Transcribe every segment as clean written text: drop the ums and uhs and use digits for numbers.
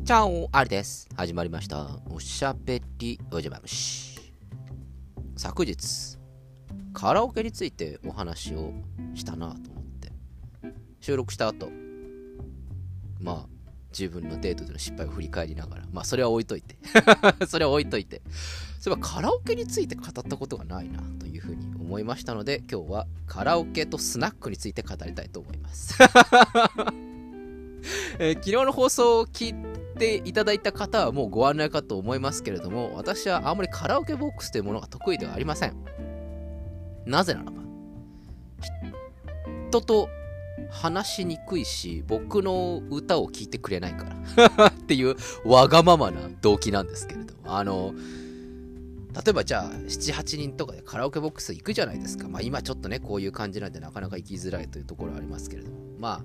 チャオありです。始まりました。おしゃべりおじまむし。昨日、カラオケについてお話をしたなと思って、収録した後、自分のデートでの失敗を振り返りながら、それは置いといて、そういえばカラオケについて語ったことがないなというふうに思いましたので、今日はカラオケとスナックについて語りたいと思います。昨日の放送を聞いていただいた方はもうご案内かと思いますけれども、私はあんまりカラオケボックスというものが得意ではありません。なぜならば、人と話しにくいし、僕の歌を聴いてくれないからっていうわがままな動機なんですけれども、例えばじゃあ 7,8 人とかでカラオケボックス行くじゃないですか。今ちょっとねこういう感じなんでなかなか行きづらいというところはありますけれども、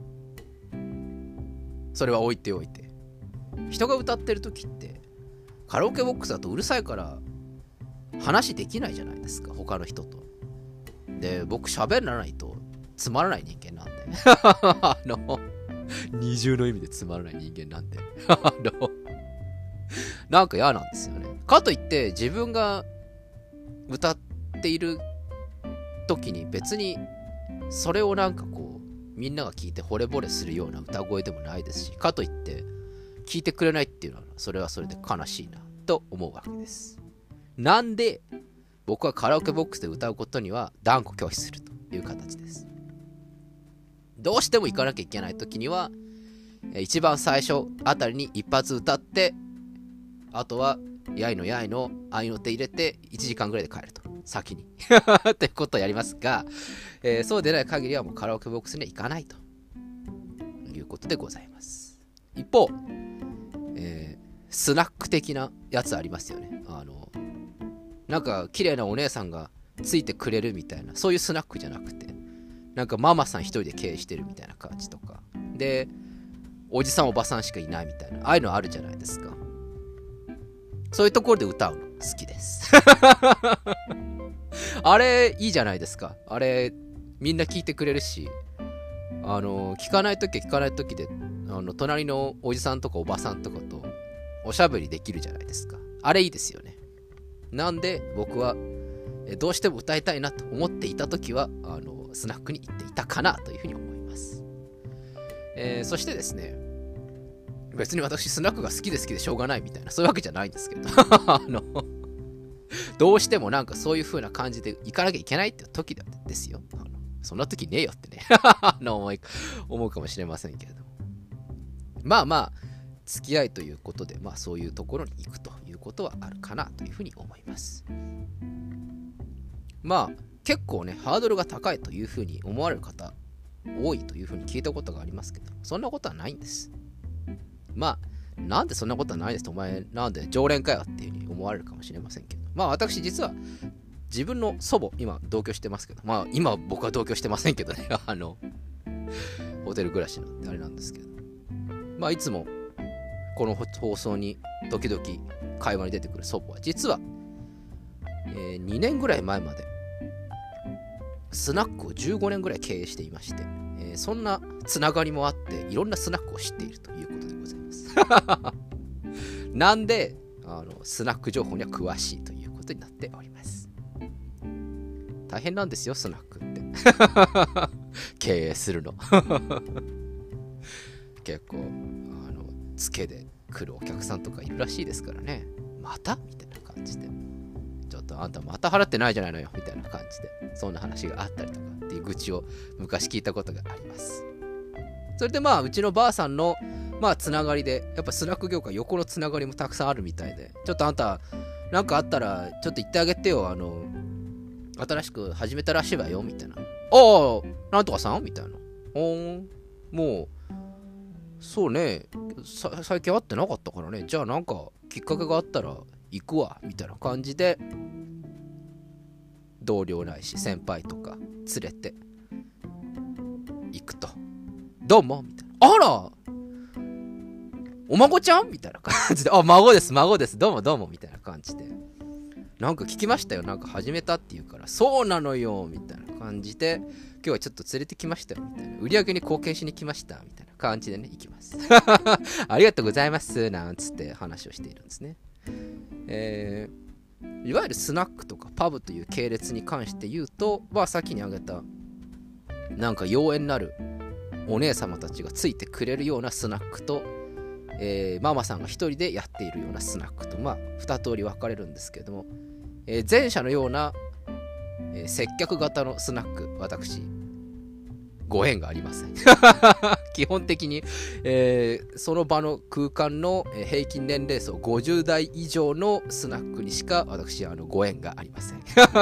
それは置いておいて、人が歌ってる時ってカラオケボックスだとうるさいから話できないじゃないですか、他の人と。で、僕喋らないとつまらない人間なんで二重の意味でつまらない人間なんでなんか嫌なんですよね。かといって自分が歌っている時に別にそれをなんかこうみんなが聞いて惚れ惚れするような歌声でもないですし、かといって聞いてくれないっていうのはそれはそれで悲しいなと思うわけです。なんで僕はカラオケボックスで歌うことには断固拒否するという形です。どうしても行かなきゃいけない時には一番最初あたりに一発歌って、あとはやいのやいの合いの手入れて1時間ぐらいで帰ると、先にっていうことをやりますが、そうでない限りはもうカラオケボックスには行かないということでございます。一方、スナック的なやつありますよね。なんか綺麗なお姉さんがついてくれるみたいな、そういうスナックじゃなくて、なんかママさん一人で経営してるみたいな感じとかで、おじさんおばさんしかいないみたいな、ああいうのあるじゃないですか。そういうところで歌うの好きですあれいいじゃないですか。あれみんな聞いてくれるし、聞かないときは聞かないときで隣のおじさんとかおばさんとかとおしゃべりできるじゃないですか。あれいいですよね。なんで僕はどうしても歌いたいなと思っていたときはスナックに行っていたかなというふうに思います。そしてですね、別に私スナックが好きでしょうがないみたいな、そういうわけじゃないんですけどどうしてもなんかそういう風な感じで行かなきゃいけないって時ですよ。そんな時ねえよってね思うかもしれませんけれども、付き合いということで、そういうところに行くということはあるかなというふうに思います。結構ねハードルが高いというふうに思われる方多いというふうに聞いたことがありますけど、そんなことはないんです。なんでそんなことはないですと、お前なんで常連かよっていうふうに思われるかもしれませんけど、私実は自分の祖母、今同居してますけど、今僕は同居してませんけどねホテル暮らしなんであれなんですけど、いつもこの放送に時々会話に出てくる祖母は実は、2年ぐらい前までスナックを15年ぐらい経営していまして、そんなつながりもあっていろんなスナックを知っているということでございますなんでスナック情報には詳しいということになっております。大変なんですよスナックって経営するの結構つけで来るお客さんとかいるらしいですからね。またみたいな感じで、ちょっとあんたまた払ってないじゃないのよみたいな感じで、そんな話があったりとかっていう愚痴を昔聞いたことがあります。それでうちのばあさんのつながりで、やっぱスナック業界横のつながりもたくさんあるみたいで、ちょっとあんたなんかあったらちょっと言ってあげてよ、新しく始めたらしいわよみたいな。なんとかさんみたいな。もうそうね、最近会ってなかったからね、じゃあなんかきっかけがあったら行くわみたいな感じで、同僚ないし先輩とか連れて行くと、どうもみたいな、あらお孫ちゃんみたいな感じで、孫ですどうもみたいな感じで、なんか聞きましたよ、なんか始めたって言うから、そうなのよみたいな感じで、今日はちょっと連れてきましたよみたいな、売り上げに貢献しに来ましたみたいな感じでね、行きます。ありがとうございます、なんつって話をしているんですね。いわゆるスナックとかパブという系列に関して言うと、さっきに挙げた、なんか妖艶なるお姉様たちがついてくれるようなスナックと、ママさんが一人でやっているようなスナックと、二通り分かれるんですけども、前者のような、接客型のスナック、私、ご縁がありません。基本的に、その場の空間の平均年齢層50代以上のスナックにしか私ご縁がありません。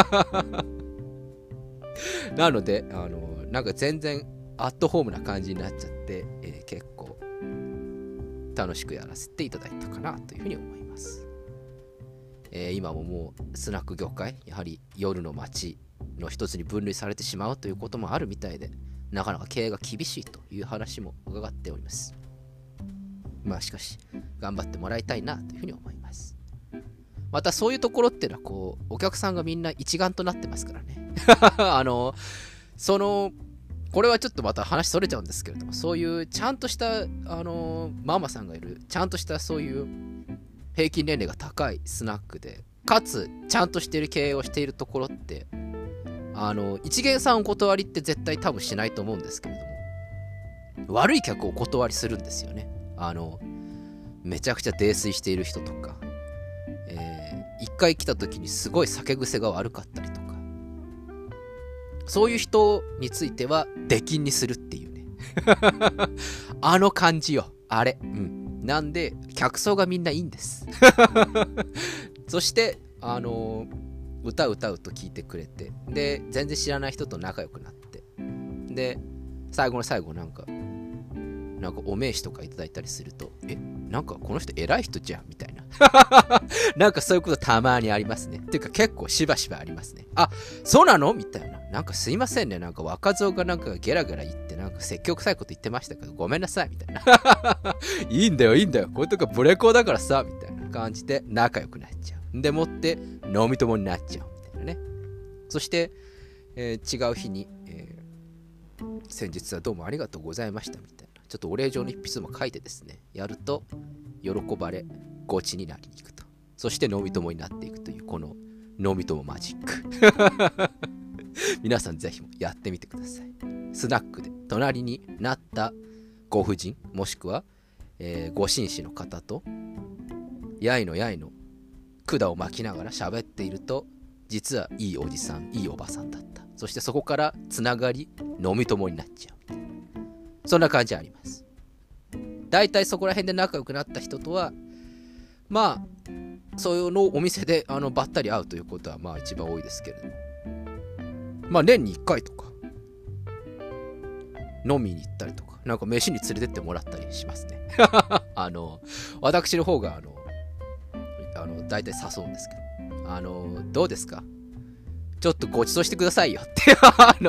なのでなんか全然アットホームな感じになっちゃって、結構楽しくやらせていただいたかなというふうに思います。今ももうスナック業界、やはり夜の街の一つに分類されてしまうということもあるみたいで、なかなか経営が厳しいという話も伺っております。しかし頑張ってもらいたいなというふうに思います。またそういうところっていうのはお客さんがみんな一丸となってますからね。これはちょっとまた話それちゃうんですけれども、そういうちゃんとしたママさんがいる、ちゃんとしたそういう平均年齢が高いスナックで、かつちゃんとしている経営をしているところって、一元さんお断りって絶対多分しないと思うんですけれども、悪い客をお断りするんですよね。めちゃくちゃ泥酔している人とか、一回来た時にすごい酒癖が悪かったりとか、そういう人については出禁にするっていうね。感じよ、あれ。なんで客層がみんないいんです。そして歌うと聞いてくれて、で全然知らない人と仲良くなって、で最後の最後なんかお名刺とかいただいたりすると、なんかこの人偉い人じゃんみたいな。なんかそういうことたまにありますね。っていうか結構しばしばありますね。そうなのみたいな。なんかすいませんね、なんか若造がなんかゲラゲラ言ってなんか説教臭いこと言ってましたけどごめんなさいみたいな。いいんだよこういうとこブレコーだからさみたいな感じで仲良くなっちゃう。でもって飲み友になっちゃうみたいなね。そして、違う日に、先日はどうもありがとうございましたみたいな、ちょっとお礼状の一筆も書いてですね、やると喜ばれゴチになりに行くと、そして飲み友になっていくという、この飲み友マジック。皆さんぜひやってみてください。スナックで隣になったご婦人もしくは、ご紳士の方とやいの管を巻きながら喋っていると、実はいいおじさんいいおばさんだった、そしてそこからつながり飲み友になっちゃうみたいな、そんな感じあります。だいたいそこら辺で仲良くなった人とはそういうのお店でばったり会うということは一番多いですけれども、年に1回とか飲みに行ったりとか、なんか飯に連れてってもらったりしますね。私の方が大体誘うんですけど、どうですか、ちょっとご馳走してくださいよって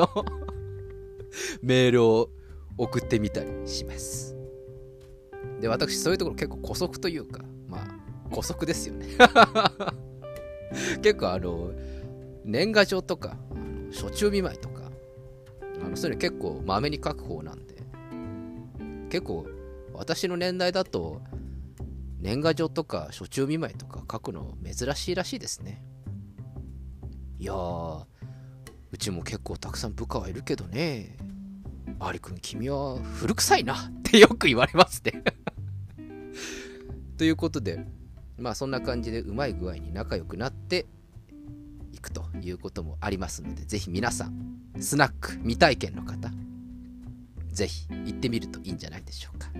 メールを送ってみたりします。で、私そういうところ結構姑息というか、姑息ですよね。結構年賀状とか暑中見舞いとかそういうの結構まめに書く方なんで、結構私の年代だと年賀状とか暑中見舞いとか書くの珍しいらしいですね。いやー、うちも結構たくさん部下はいるけどね、アリ君君は古臭いなってよく言われますね。ということで、そんな感じでうまい具合に仲良くなっていくということもありますので、ぜひ皆さんスナック未体験の方ぜひ行ってみるといいんじゃないでしょうか。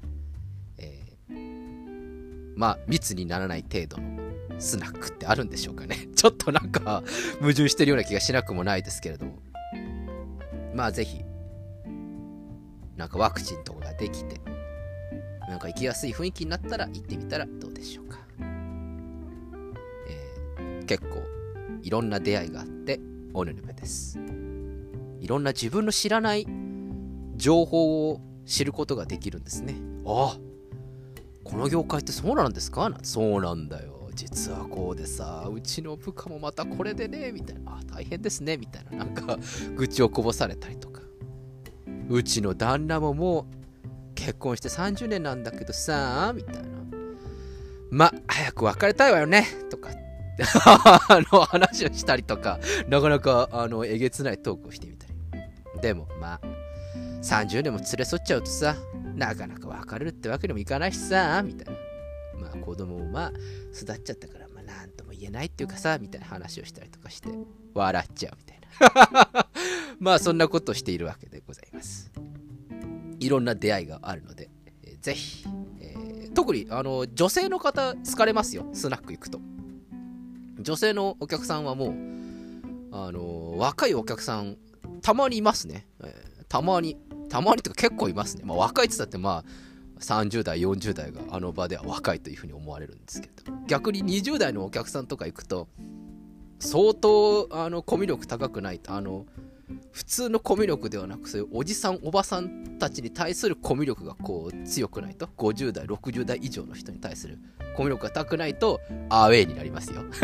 密にならない程度のスナックってあるんでしょうかね。ちょっとなんか矛盾してるような気がしなくもないですけれども、ぜひなんかワクチンとかができてなんか行きやすい雰囲気になったら行ってみたらどうでしょうか。結構いろんな出会いがあっておぬぬめです。いろんな自分の知らない情報を知ることができるんですね。この業界ってそうなんですか？そうなんだよ、実はこうでさ、うちの部下もまたこれでねみたいな、大変ですねみたいな、なんか愚痴をこぼされたりとか、うちの旦那ももう結婚して30年なんだけどさ、みたいな。ま、早く別れたいわよね、とか。話をしたりとか、なかなか、えげつないトークをしてみたり。でも、まあ、30年も連れ添っちゃうとさ、なかなか別れるってわけにもいかないしさ、みたいな。まあ、子供もまあ、育っちゃったから、まあ、なんとも言えないっていうかさ、みたいな話をしたりとかして、笑っちゃうみたいな。まあ、そんなことをしているわけでございます。いろんな出会いがあるので、ぜひ、特に女性の方好かれますよ、スナック行くと。女性のお客さんはもう若いお客さんたまにいますね、たまにとか結構いますね。まあ若いって言ったってまあ30代40代があの場では若いというふうに思われるんですけど、逆に20代のお客さんとか行くと相当コミュ力高くないと普通のコミュ力ではなく、そういうおじさんおばさんたちに対するコミュ力がこう強くないと、50代60代以上の人に対するコミュ力が高くないとアウェイになりますよ。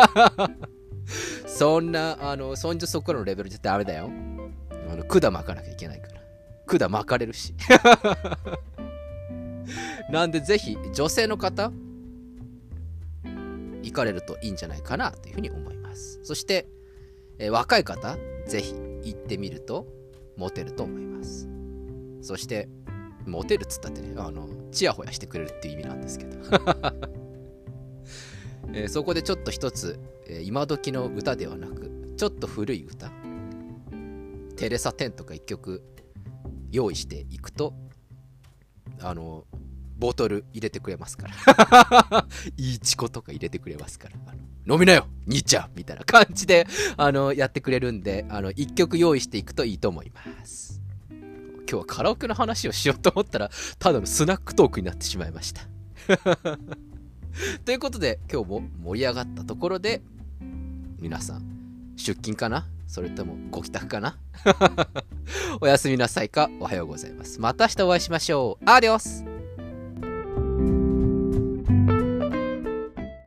そんなそんじょそこらのレベルじゃダメだよ。管巻かなきゃいけないから、管巻かれるし。なんでぜひ女性の方行かれるといいんじゃないかなというふうに思います。そして、若い方ぜひ行ってみるとモテると思います。そしてモテるっつったってね、チヤホヤしてくれるっていう意味なんですけど、そこでちょっと一つ、今時の歌ではなくちょっと古い歌、テレサ・テンとか一曲用意していくとボトル入れてくれますから、いいチコとか入れてくれますから、飲みなよ兄ちゃんみたいな感じでやってくれるんで、一曲用意していくといいと思います。今日はカラオケの話をしようと思ったらただのスナックトークになってしまいました。ということで今日も盛り上がったところで、皆さん出勤かな、それともご帰宅かな。おやすみなさいかおはようございます。また明日お会いしましょう。アディオス。